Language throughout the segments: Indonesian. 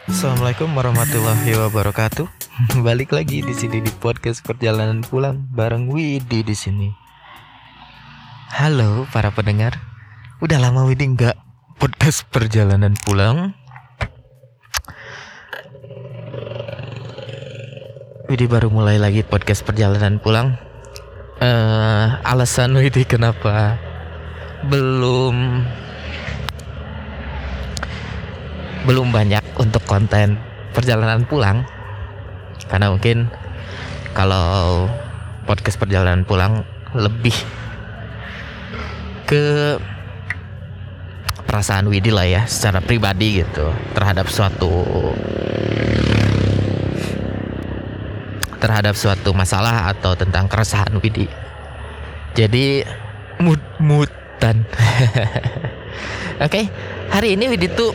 Assalamualaikum warahmatullahi wabarakatuh. Balik lagi di sini di podcast perjalanan pulang bareng Widi di sini. Halo para pendengar. Udah lama Widi nggak podcast perjalanan pulang. Widi baru mulai lagi podcast perjalanan pulang. Alasan Widi kenapa belum banyak untuk konten perjalanan pulang, karena mungkin kalau podcast perjalanan pulang lebih ke perasaan Widi lah ya, secara pribadi gitu, terhadap suatu masalah atau tentang keresahan Widi. Jadi mut-mutan. Oke, hari ini Widi tuh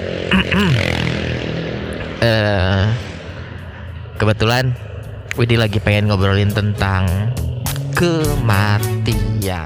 kebetulan Widi lagi pengen ngobrolin tentang kematian.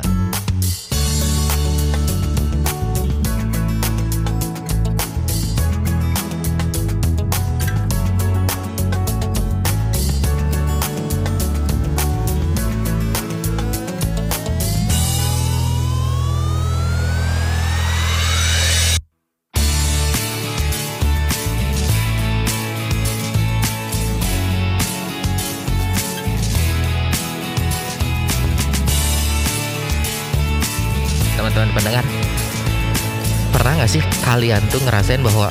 Teman-teman pendengar, pernah gak sih kalian tuh ngerasain bahwa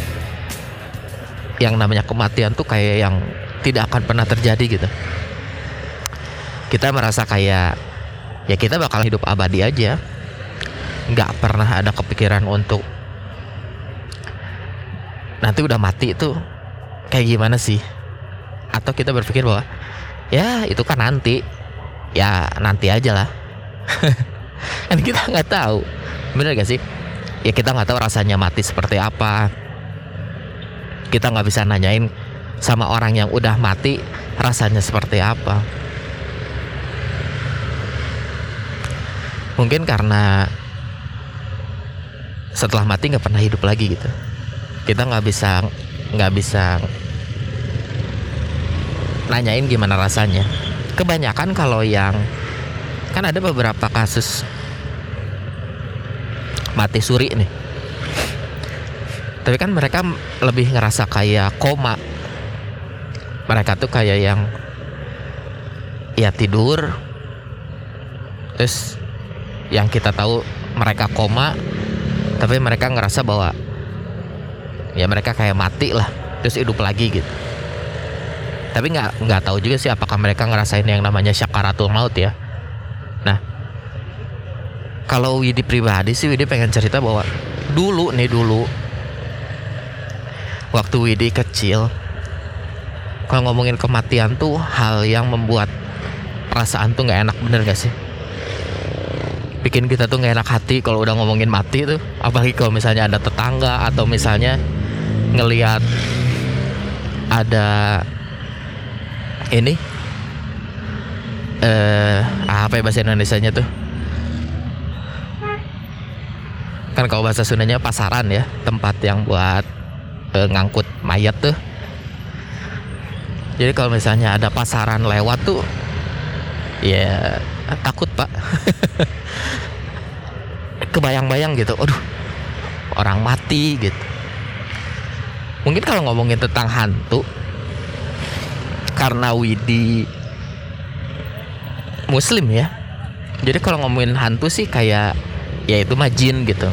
yang namanya kematian tuh kayak yang tidak akan pernah terjadi gitu? Kita merasa kayak ya kita bakal hidup abadi aja, gak pernah ada kepikiran untuk nanti udah mati tuh kayak gimana sih. Atau kita berpikir bahwa ya itu kan nanti aja lah. Kan kita nggak tahu, bener gak sih? Ya kita nggak tahu rasanya mati seperti apa. Kita nggak bisa nanyain sama orang yang udah mati rasanya seperti apa. Mungkin karena setelah mati nggak pernah hidup lagi gitu. Kita nggak bisa nanyain gimana rasanya. Kebanyakan kalau yang kan ada beberapa kasus mati suri nih, tapi kan mereka lebih ngerasa kayak koma. Mereka tuh kayak yang ya tidur, terus yang kita tahu mereka koma, tapi mereka ngerasa bahwa ya mereka kayak mati lah, terus hidup lagi gitu. Tapi nggak tahu juga sih apakah mereka ngerasain yang namanya syakaratul maut ya. Nah, kalau Widi pribadi sih, Widi pengen cerita bahwa dulu waktu Widi kecil, kalau ngomongin kematian tuh hal yang membuat perasaan tuh nggak enak, bener gak sih? Bikin kita tuh nggak enak hati kalau udah ngomongin mati tuh. Apalagi kalau misalnya ada tetangga atau misalnya ngelihat ada ini apa ya bahasa Indonesianya tuh? Kan kalau bahasa Sundanya pasaran ya, tempat yang buat ngangkut mayat tuh. Jadi kalau misalnya ada pasaran lewat tuh, ya takut pak. Kebayang-bayang gitu, aduh, orang mati gitu. Mungkin kalau ngomongin tentang hantu, karena Widi Muslim ya, jadi kalau ngomongin hantu sih kayak ya itu mah jin gitu.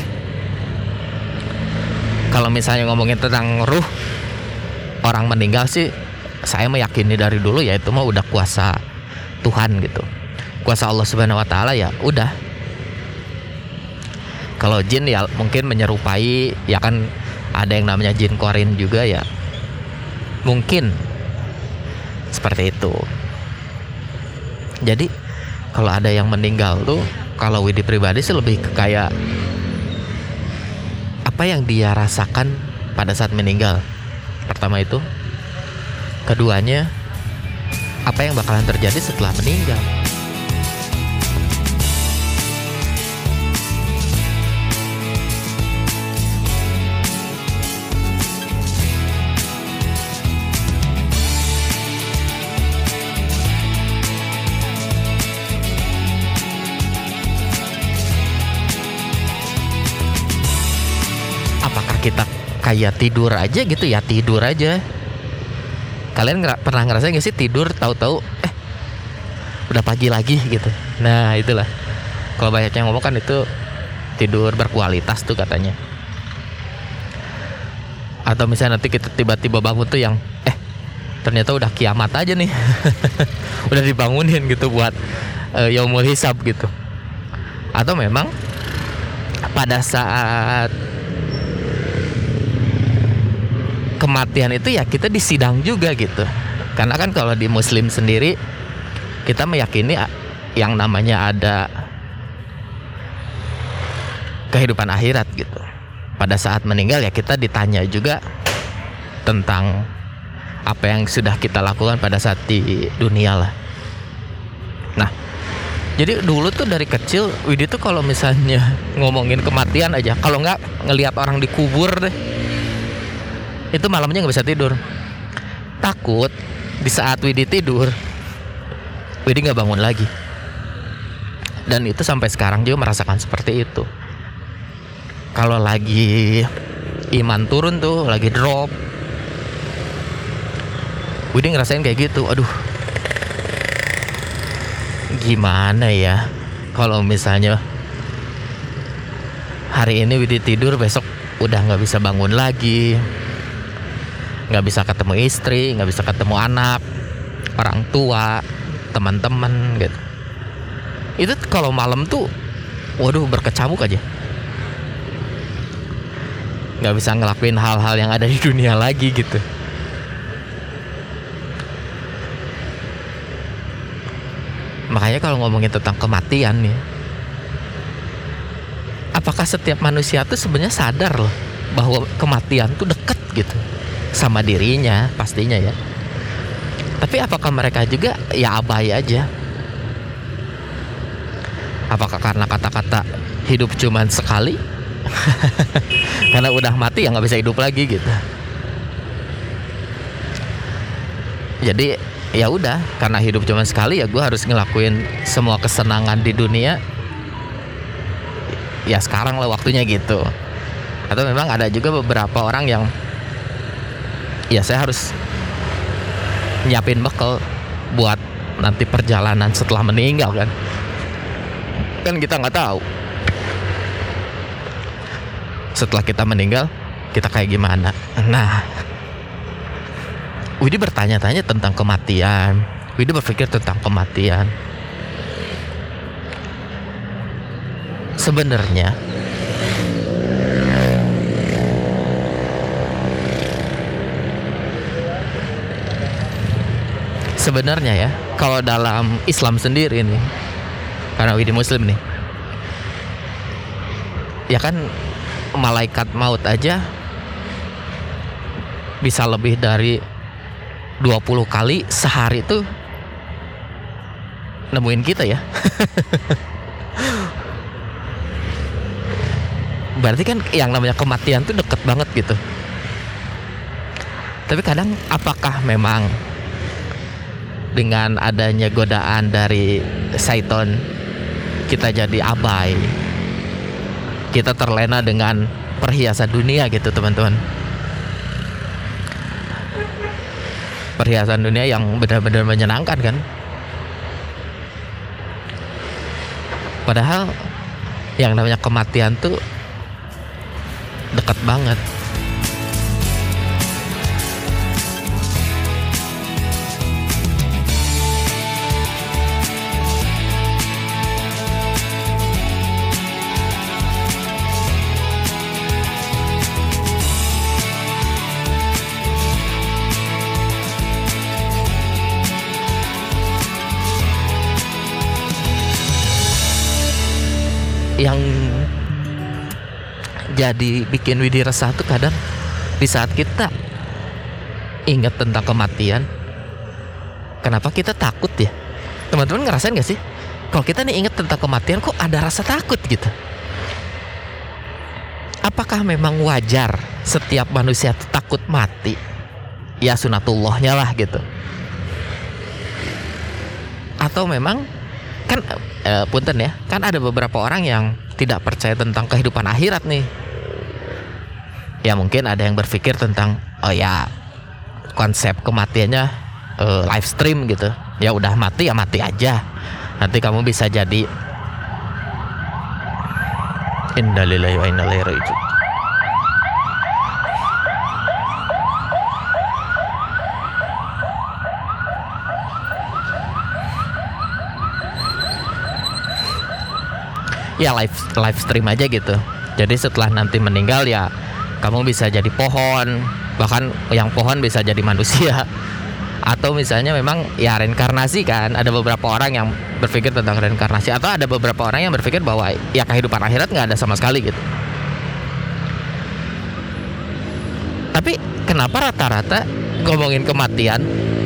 Kalau misalnya ngomongin tentang ruh orang meninggal sih, saya meyakini dari dulu ya itu mah udah kuasa Tuhan gitu, kuasa Allah Subhanahu Wa Taala ya udah. Kalau jin ya mungkin menyerupai, ya kan ada yang namanya jin korin juga ya, mungkin seperti itu. Jadi kalau ada yang meninggal tuh, kalau Widi pribadi sih lebih ke kayak apa yang dia rasakan pada saat meninggal. Pertama itu, keduanya apa yang bakalan terjadi setelah meninggal. kayak tidur aja gitu ya, tidur aja. Kalian pernah ngerasain gak sih tidur tahu-tahu udah pagi lagi gitu. Nah itulah, kalau banyak yang ngomong kan itu tidur berkualitas tuh katanya. Atau misalnya nanti kita tiba-tiba bangun tuh yang ternyata udah kiamat aja nih. Udah dibangunin gitu buat yaumul hisab gitu. Atau memang pada saat kematian itu ya kita disidang juga gitu. Karena kan kalau di Muslim sendiri kita meyakini yang namanya ada kehidupan akhirat gitu. Pada saat meninggal ya kita ditanya juga tentang apa yang sudah kita lakukan pada saat di dunia lah. Nah, jadi dulu tuh dari kecil Widi tuh kalau misalnya ngomongin kematian aja, kalau nggak ngelihat orang dikubur deh, itu malamnya nggak bisa tidur. Takut di saat Widi tidur, Widi nggak bangun lagi. Dan itu sampai sekarang juga merasakan seperti itu. Kalau lagi iman turun tuh, lagi drop, Widi ngerasain kayak gitu. Aduh, gimana ya kalau misalnya hari ini Widi tidur, besok udah nggak bisa bangun lagi, nggak bisa ketemu istri, nggak bisa ketemu anak, orang tua, teman-teman gitu. Itu kalau malam tuh, waduh, berkecamuk aja. Nggak bisa ngelakuin hal-hal yang ada di dunia lagi gitu. Makanya kalau ngomongin tentang kematian nih, apakah setiap manusia tuh sebenarnya sadar loh bahwa kematian tuh deket gitu sama dirinya pastinya ya. Tapi apakah mereka juga ya abai aja? Apakah karena kata-kata hidup cuman sekali? Karena udah mati ya nggak bisa hidup lagi gitu. Jadi ya udah, karena hidup cuma sekali ya gue harus ngelakuin semua kesenangan di dunia. Ya sekarang lah waktunya gitu. Atau memang ada juga beberapa orang yang ya saya harus nyiapin bekal buat nanti perjalanan setelah meninggal kan. Kan kita nggak tahu setelah kita meninggal kita kayak gimana. Nah, Widi bertanya-tanya tentang kematian. Widi berpikir tentang kematian. Sebenarnya ya, kalau dalam Islam sendiri nih, karena Widi Muslim nih, ya kan malaikat maut aja bisa lebih dari 20 kali sehari tuh nemuin kita ya. Berarti kan yang namanya kematian tuh deket banget gitu. Tapi kadang apakah memang dengan adanya godaan dari syaitan kita jadi abai, kita terlena dengan perhiasan dunia gitu teman-teman. Perhiasan dunia yang benar-benar menyenangkan kan. Padahal yang namanya kematian tuh dekat banget. Yang jadi bikin Widi resah tuh kadang di saat kita ingat tentang kematian, kenapa kita takut ya? Teman-teman ngerasain gak sih? Kalau kita nih ingat tentang kematian kok ada rasa takut gitu? Apakah memang wajar setiap manusia takut mati? Ya sunatullahnya lah gitu. Atau memang kan punten ya, kan ada beberapa orang yang tidak percaya tentang kehidupan akhirat nih. Ya mungkin ada yang berpikir tentang oh ya konsep kematiannya live stream gitu. Ya udah mati ya mati aja. Nanti kamu bisa jadi innalillahi wa inna ilaihi raji'un. Ya live stream aja gitu. Jadi setelah nanti meninggal ya kamu bisa jadi pohon, bahkan yang pohon bisa jadi manusia. Atau misalnya memang ya reinkarnasi kan. Ada beberapa orang yang berpikir tentang reinkarnasi, atau ada beberapa orang yang berpikir bahwa ya kehidupan akhirat nggak ada sama sekali gitu. Tapi kenapa rata-rata ngomongin kematian,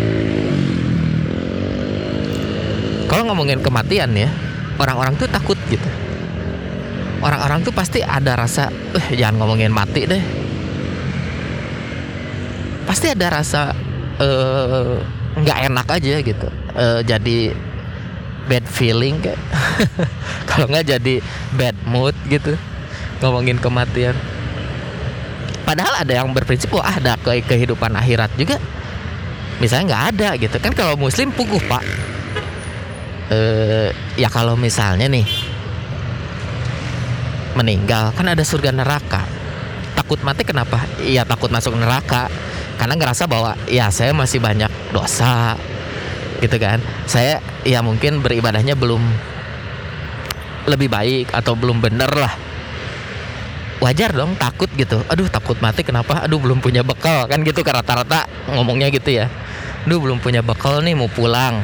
kalau ngomongin kematian ya orang-orang tuh takut gitu. Orang-orang tuh pasti ada rasa jangan ngomongin mati deh. Pasti ada rasa nggak enak aja gitu. Jadi bad feeling kayak kalau nggak jadi bad mood gitu ngomongin kematian. Padahal ada yang berprinsip wah ada kehidupan akhirat juga. Misalnya nggak ada gitu kan. Kalau muslim puguh pak. Ya kalau misalnya nih meninggal kan ada surga neraka. Takut mati kenapa? Ya takut masuk neraka karena ngerasa bahwa ya saya masih banyak dosa gitu kan. Saya ya mungkin beribadahnya belum lebih baik atau belum bener lah. Wajar dong takut gitu. Aduh takut mati kenapa? Aduh belum punya bekal kan gitu kan rata-rata ngomongnya gitu ya. Aduh belum punya bekal nih mau pulang.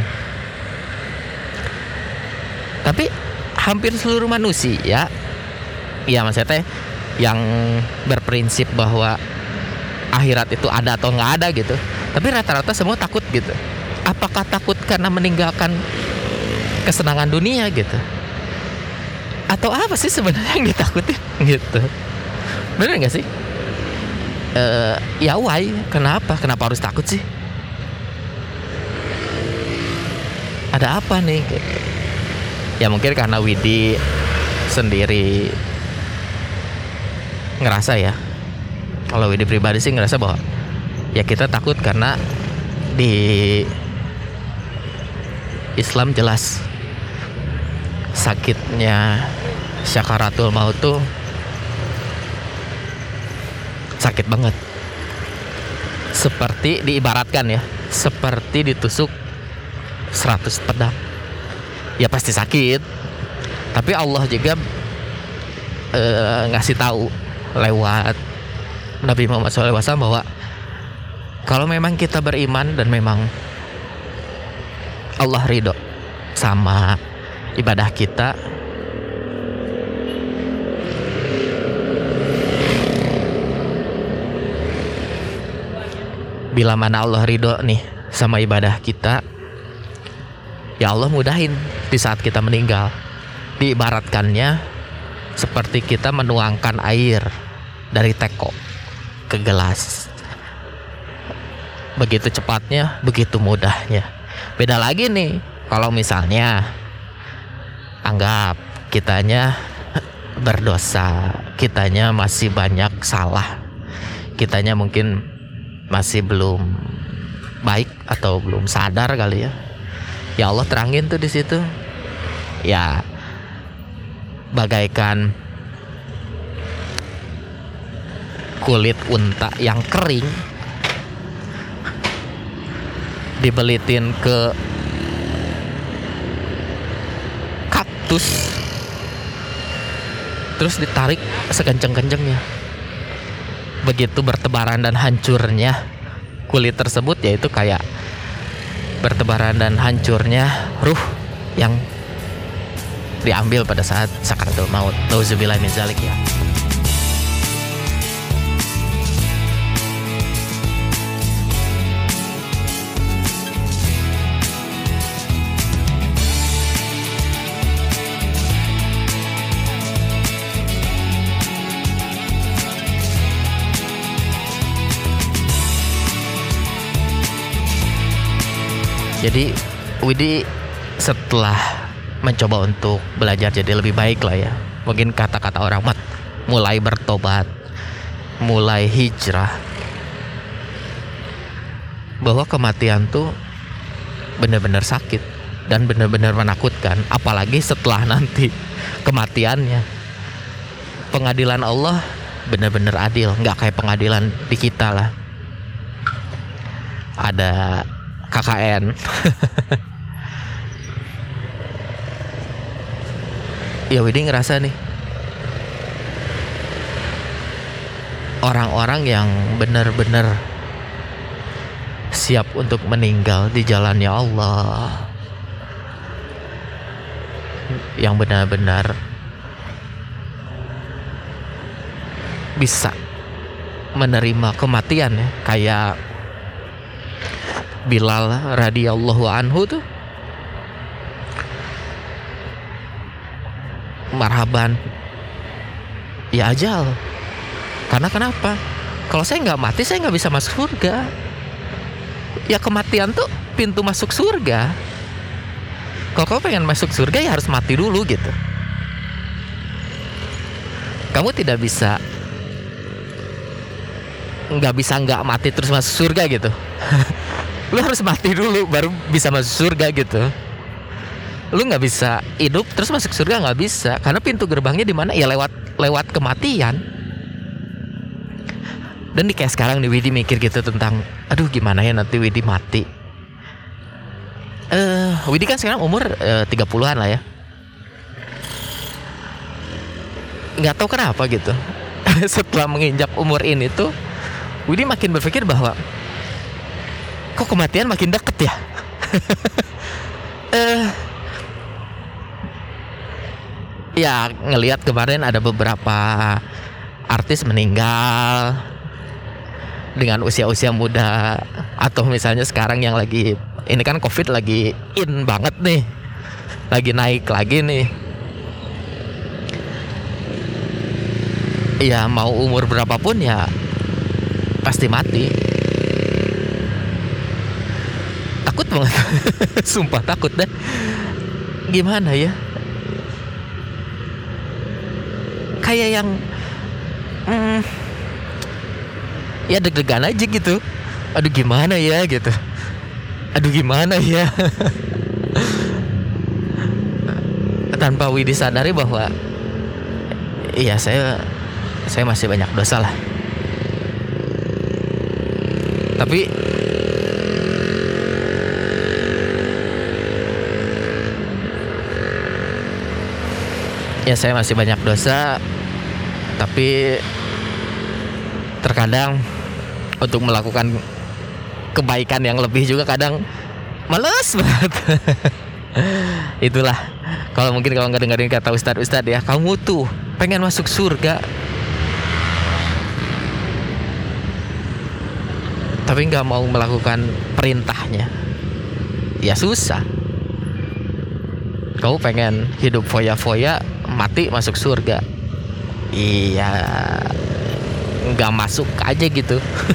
Tapi hampir seluruh manusia ya maksudnya teh yang berprinsip bahwa akhirat itu ada atau nggak ada gitu. Tapi rata-rata semua takut gitu. Apakah takut karena meninggalkan kesenangan dunia gitu? Atau apa sih sebenarnya yang ditakutin gitu? Bener nggak sih? Ya why? Kenapa harus takut sih? Ada apa nih? Gitu. Ya mungkin karena Widi sendiri ngerasa ya, kalau Widi pribadi sih ngerasa bahwa ya kita takut karena di Islam jelas sakitnya syakaratul maut tuh sakit banget, seperti diibaratkan ya seperti ditusuk 100 pedang. Ya pasti sakit, tapi Allah juga ngasih tahu lewat Nabi Muhammad SAW bahwa kalau memang kita beriman dan memang Allah ridho sama ibadah kita, bila mana Allah ridho nih sama ibadah kita, ya Allah mudahin di saat kita meninggal. Diibaratkannya seperti kita menuangkan air dari teko ke gelas. Begitu cepatnya, begitu mudahnya. Beda lagi nih kalau misalnya anggap kitanya berdosa, kitanya masih banyak salah, kitanya mungkin masih belum baik atau belum sadar kali ya. Ya Allah terangin tuh di situ. Ya bagaikan kulit unta yang kering dibelitin ke kaktus, terus ditarik sekenceng-kencengnya. Begitu bertebaran dan hancurnya kulit tersebut, yaitu kayak bertebaran dan hancurnya ruh yang diambil pada saat sakaratul maut. Nauzubillahi min dzalik ya. Jadi Widi setelah mencoba untuk belajar jadi lebih baik lah ya, mungkin kata-kata orang mat, mulai bertobat, mulai hijrah bahwa kematian tuh benar-benar sakit dan benar-benar menakutkan, apalagi setelah nanti kematiannya. Pengadilan Allah benar-benar adil, nggak kayak pengadilan di kita lah. Ada KKN. Ya Widi ngerasa nih, orang-orang yang benar-benar siap untuk meninggal di jalannya Allah, yang benar-benar bisa menerima kematian ya, kayak Bilal radhiyallahu anhu tuh, marhaban ya ajal. Karena kenapa? Kalau saya nggak mati, saya nggak bisa masuk surga. Ya kematian tuh pintu masuk surga. Kalau kamu pengen masuk surga ya harus mati dulu gitu. Kamu tidak bisa nggak mati terus masuk surga gitu. Lu harus mati dulu baru bisa masuk surga gitu. Lu nggak bisa hidup terus masuk surga, nggak bisa, karena pintu gerbangnya di mana? Ya lewat kematian. Dan di kayak sekarang nih Widi mikir gitu tentang, aduh gimana ya nanti Widi mati. Widi kan sekarang umur 30-an lah ya. Nggak tahu kenapa gitu. Setelah menginjak umur ini tuh Widi makin berpikir bahwa kok kematian makin deket ya. Ya ngelihat kemarin ada beberapa artis meninggal dengan usia-usia muda, atau misalnya sekarang yang lagi ini kan COVID lagi in banget nih, lagi naik lagi nih. Ya mau umur berapapun ya pasti mati. Takut banget. Sumpah takut deh. Gimana ya? Kayak yang ya deg-degan aja gitu. Aduh gimana ya gitu. Aduh gimana ya. Tanpa Widi sadari bahwa iya saya masih banyak dosa lah. Tapi ya saya masih banyak dosa. Tapi terkadang untuk melakukan kebaikan yang lebih juga kadang males banget. Itulah, kalau nggak dengerin kata Ustadz ya, kamu tuh pengen masuk surga tapi nggak mau melakukan perintahnya, ya susah. Kamu pengen hidup foya-foya, mati masuk surga, iya nggak masuk aja gitu.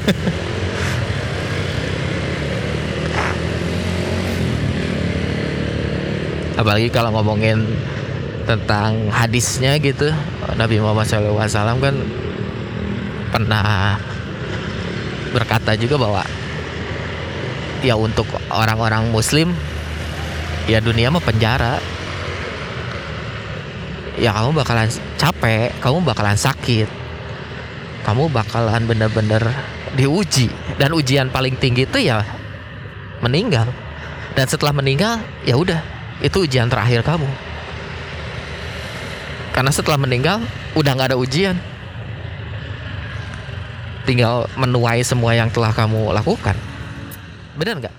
Apalagi kalau ngomongin tentang hadisnya gitu, Nabi Muhammad SAW kan pernah berkata juga bahwa ya untuk orang-orang muslim ya dunia mah penjara. Ya kamu bakalan capek, kamu bakalan sakit, kamu bakalan bener-bener diuji. Dan ujian paling tinggi itu ya meninggal. Dan setelah meninggal ya udah, itu ujian terakhir kamu. Karena setelah meninggal udah gak ada ujian, tinggal menuai semua yang telah kamu lakukan. Benar gak?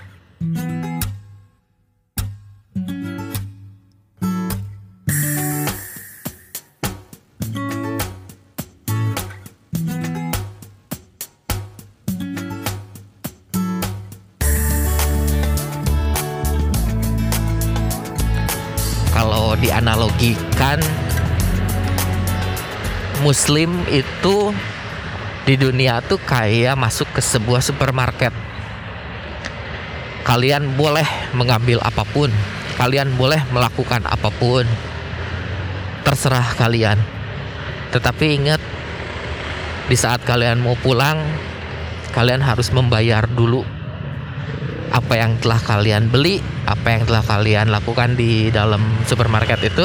Kalau dianalogikan, muslim itu di dunia tuh kayak masuk ke sebuah supermarket. Kalian boleh mengambil apapun, kalian boleh melakukan apapun, terserah kalian. Tetapi ingat, Di saat kalian mau pulang, kalian harus membayar dulu apa yang telah kalian beli, apa yang telah kalian lakukan di dalam supermarket itu.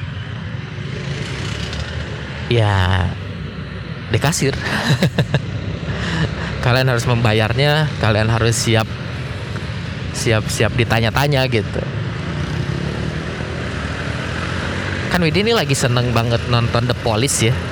Ya, di kasir. Kalian harus membayarnya, kalian harus siap ditanya-tanya gitu. Kan Widi ini lagi seneng banget nonton The Police ya.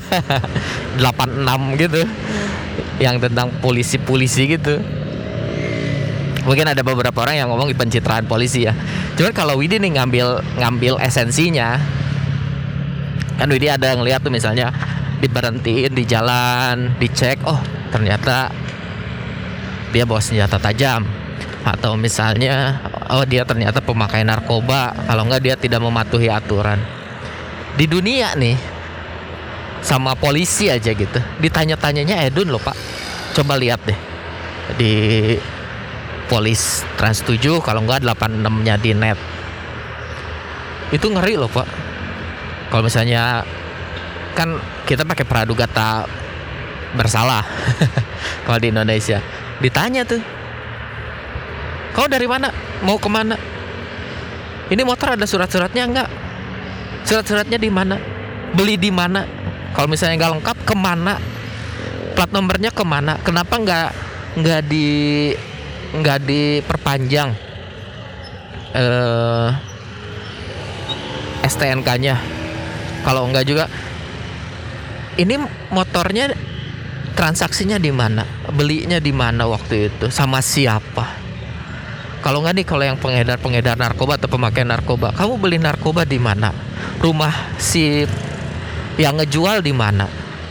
86 gitu, yang tentang polisi-polisi gitu. Mungkin ada beberapa orang yang ngomong pencitraan polisi ya. Cuman kalau Widi nih ngambil esensinya, kan Widi ada ngeliat tuh misalnya diberhentiin di jalan, dicek, oh ternyata dia bawa senjata tajam, atau misalnya oh dia ternyata pemakai narkoba, kalau enggak dia tidak mematuhi aturan. Di dunia nih sama polisi aja gitu, ditanya-tanyanya edun loh Pak. Coba lihat deh di Polis Trans 7, kalau enggak 86-nya di net. Itu ngeri loh Pak. Kalau misalnya kan kita pakai praduga tak bersalah. Kalau di Indonesia ditanya tuh, kau dari mana? Mau kemana? Ini motor ada surat-suratnya enggak? Surat-suratnya di mana? Beli di mana? Kalau misalnya nggak lengkap, kemana? Plat nomornya kemana? Kenapa nggak diperpanjang STNK-nya? Kalau enggak juga, ini motornya transaksinya di mana? Belinya di mana waktu itu? Sama siapa? Kalau enggak nih, kalau yang pengedar narkoba atau pemakai narkoba, kamu beli narkoba di mana? Rumah si yang ngejual di mana?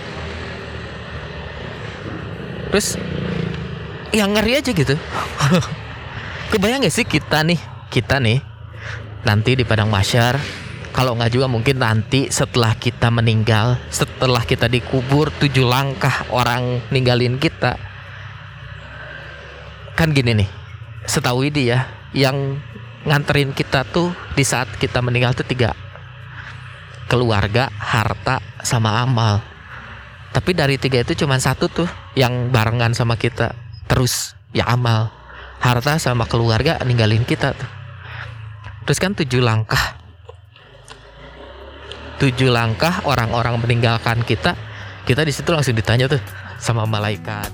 Terus yang ngeri aja gitu. Kebayang gak sih kita nih nanti di padang mahsyar, kalau nggak juga mungkin nanti setelah kita meninggal, setelah kita dikubur 7 langkah orang ninggalin kita. Kan gini nih, setahu dia yang nganterin kita tuh di saat kita meninggal tuh 3: keluarga, harta, sama amal. Tapi dari 3 itu cuma 1 tuh yang barengan sama kita terus, ya amal. Harta sama keluarga ninggalin kita tuh. Terus kan 7 langkah orang-orang meninggalkan kita di situ langsung ditanya tuh sama malaikat.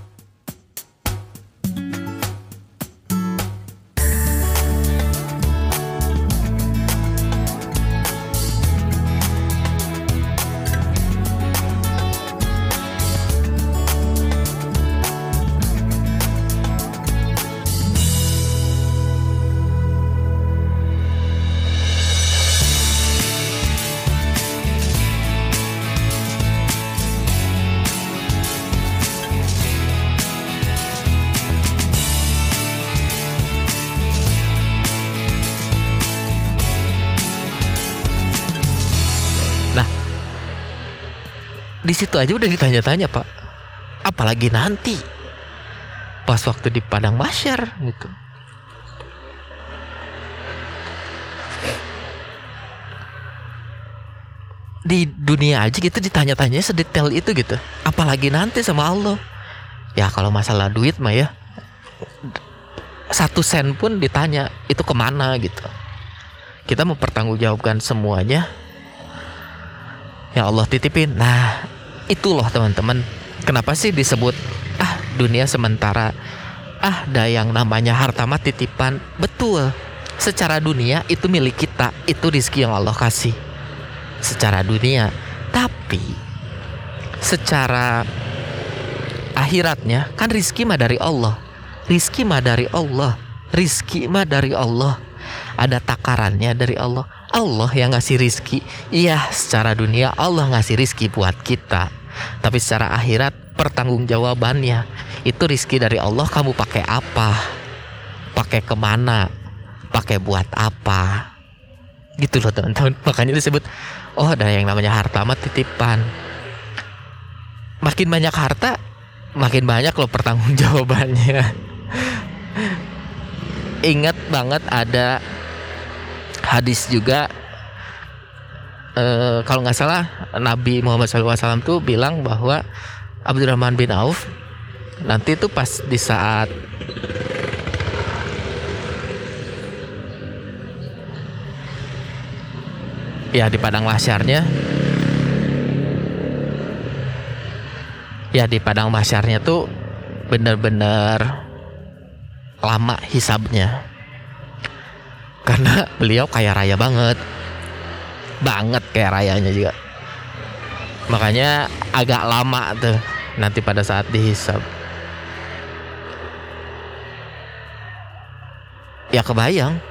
Di situ aja udah ditanya-tanya Pak, apalagi nanti pas waktu di padang mahsyar gitu. Di dunia aja gitu ditanya-tanya sedetail itu gitu, apalagi nanti sama Allah. Ya kalau masalah duit mah ya 1 sen pun ditanya itu kemana gitu. Kita mempertanggungjawabkan semuanya yang Allah titipin. Nah itu loh teman-teman, kenapa sih disebut dunia sementara, ada yang namanya harta mah titipan. Betul, secara dunia itu milik kita, itu rezeki yang Allah kasih secara dunia. Tapi secara akhiratnya kan rezeki mah dari Allah. Rezeki mah dari Allah. Ada takarannya dari Allah. Allah yang ngasih rizki. Iya, secara dunia Allah ngasih rizki buat kita. Tapi secara akhirat pertanggungjawabannya itu rizki dari Allah. Kamu pakai apa? Pakai kemana? Pakai buat apa? Gitu loh teman-teman. Makanya disebut ada yang namanya harta mah titipan. Makin banyak harta, makin banyak loh pertanggungjawabannya. Ingat banget ada hadis juga, kalau nggak salah Nabi Muhammad SAW tuh bilang bahwa Abdurrahman bin Auf nanti tuh pas di saat ya di padang mahsyarnya, tuh bener-bener lama hisabnya karena beliau kaya raya banget kaya rayanya juga, makanya agak lama tuh nanti pada saat dihisab. Ya kebayang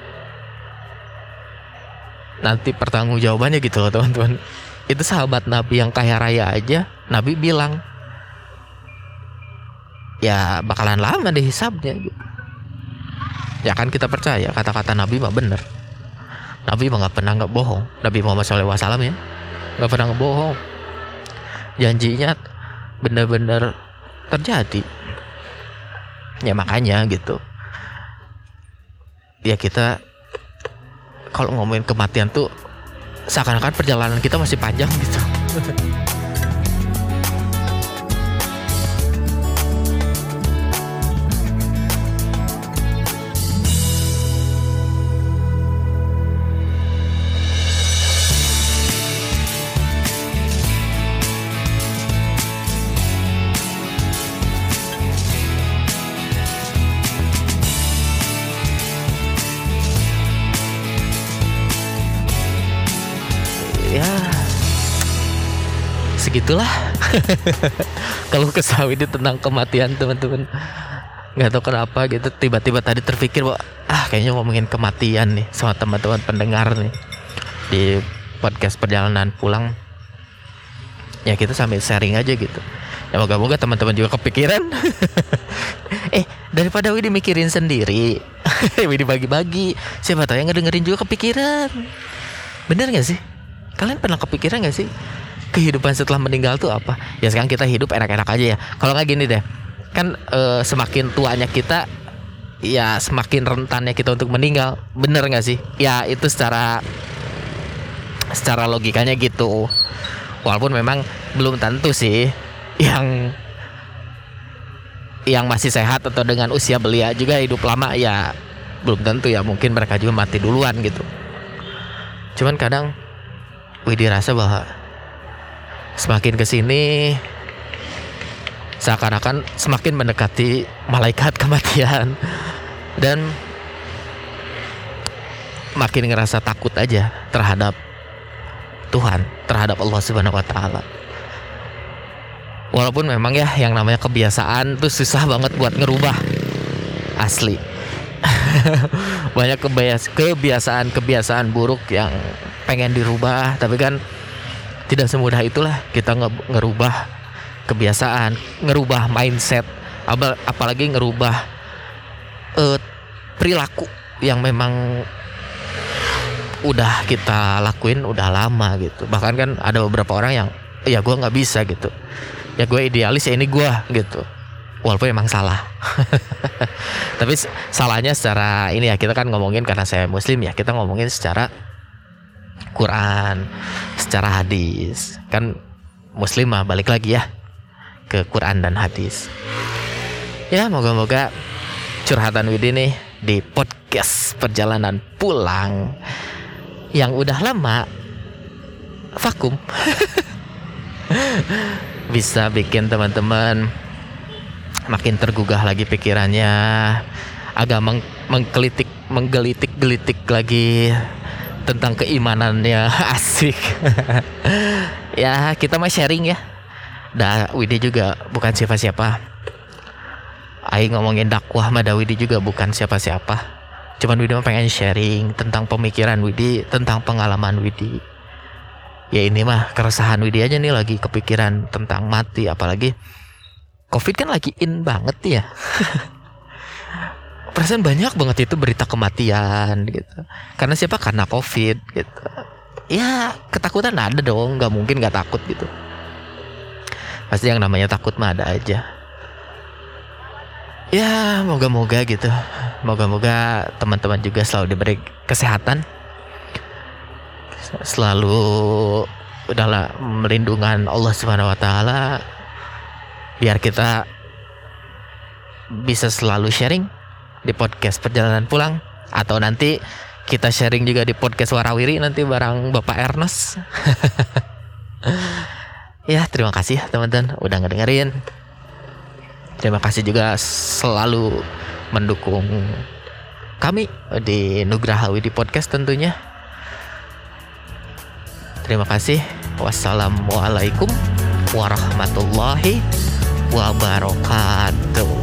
nanti pertanggungjawabannya gitu loh teman-teman. Itu sahabat Nabi yang kaya raya aja Nabi bilang ya bakalan lama dihisabnya gitu. Ya kan kita percaya kata-kata Nabi mah bener. Nabi mah gak pernah bohong. Nabi Muhammad SAW ya gak pernah bohong. Janjinya bener-bener terjadi. Ya makanya gitu, ya kita kalau ngomongin kematian tuh seakan-akan perjalanan kita masih panjang gitu. Ya segitulah kalau kesah ini tentang kematian teman-teman. Nggak tahu kenapa gitu tiba-tiba tadi terpikir bahwa kayaknya ngomongin kematian nih sama teman-teman pendengar nih di podcast perjalanan pulang. Ya kita sambil sharing aja gitu. Ya moga-moga teman-teman juga kepikiran. Daripada Widi mikirin sendiri, Widi bagi-bagi, siapa tahu yang ngedengerin juga kepikiran. Bener nggak sih? Kalian pernah kepikiran gak sih kehidupan setelah meninggal tuh apa? Ya sekarang kita hidup enak-enak aja ya. Kalau gak gini deh, kan semakin tuanya kita, ya semakin rentannya kita untuk meninggal. Bener gak sih? Ya itu secara logikanya gitu. Walaupun memang belum tentu sih yang masih sehat atau dengan usia belia juga hidup lama, ya belum tentu ya. Mungkin mereka juga mati duluan gitu. Cuman kadang Widi rasa bahwa semakin kesini seakan-akan semakin mendekati malaikat kematian dan makin ngerasa takut aja terhadap Tuhan, terhadap Allah Subhanahu wa Ta'ala. Walaupun memang ya yang namanya kebiasaan tuh susah banget buat ngerubah, asli. Banyak kebiasaan buruk yang pengen dirubah, tapi kan tidak semudah itulah kita ngerubah kebiasaan, ngerubah mindset, apalagi ngerubah perilaku yang memang udah kita lakuin udah lama gitu. Bahkan kan ada beberapa orang yang ya gue nggak bisa gitu, ya gue idealis ya ini gue gitu, walaupun emang salah. Tapi salahnya secara ini ya, kita kan ngomongin karena saya muslim ya, kita ngomongin secara Quran, secara hadis. Kan muslim mah balik lagi ya ke Quran dan hadis. Ya moga-moga curhatan Widi nih di podcast perjalanan pulang yang udah lama vakum bisa bikin teman-teman makin tergugah lagi pikirannya, agak menggelitik-gelitik lagi tentang keimanannya. Asik. Ya kita mah sharing ya. Widi juga bukan siapa-siapa. Aing ngomongin dakwah mah Widi juga bukan siapa-siapa. Cuman Widi mah pengen sharing tentang pemikiran Widi, tentang pengalaman Widi. Ya ini mah keresahan Widi aja nih, lagi kepikiran tentang mati. Apalagi Covid kan lagi in banget ya. Perasaan banyak banget itu berita kematian gitu. Karena siapa? Karena Covid gitu. Ya ketakutan ada dong, gak mungkin gak takut gitu. Pasti yang namanya takut mah ada aja. Ya moga-moga gitu. Moga-moga teman-teman juga selalu diberi kesehatan, selalu udahlah melindungan Allah Subhanahu wa Ta'ala, biar kita bisa selalu sharing di podcast Perjalanan Pulang, atau nanti kita sharing juga di podcast Warawiri nanti bareng Bapak Ernest. Ya, terima kasih teman-teman udah ngedengerin. Terima kasih juga selalu mendukung kami di Nugraha Widi Podcast tentunya. Terima kasih. Wassalamualaikum warahmatullahi wabarakatuh.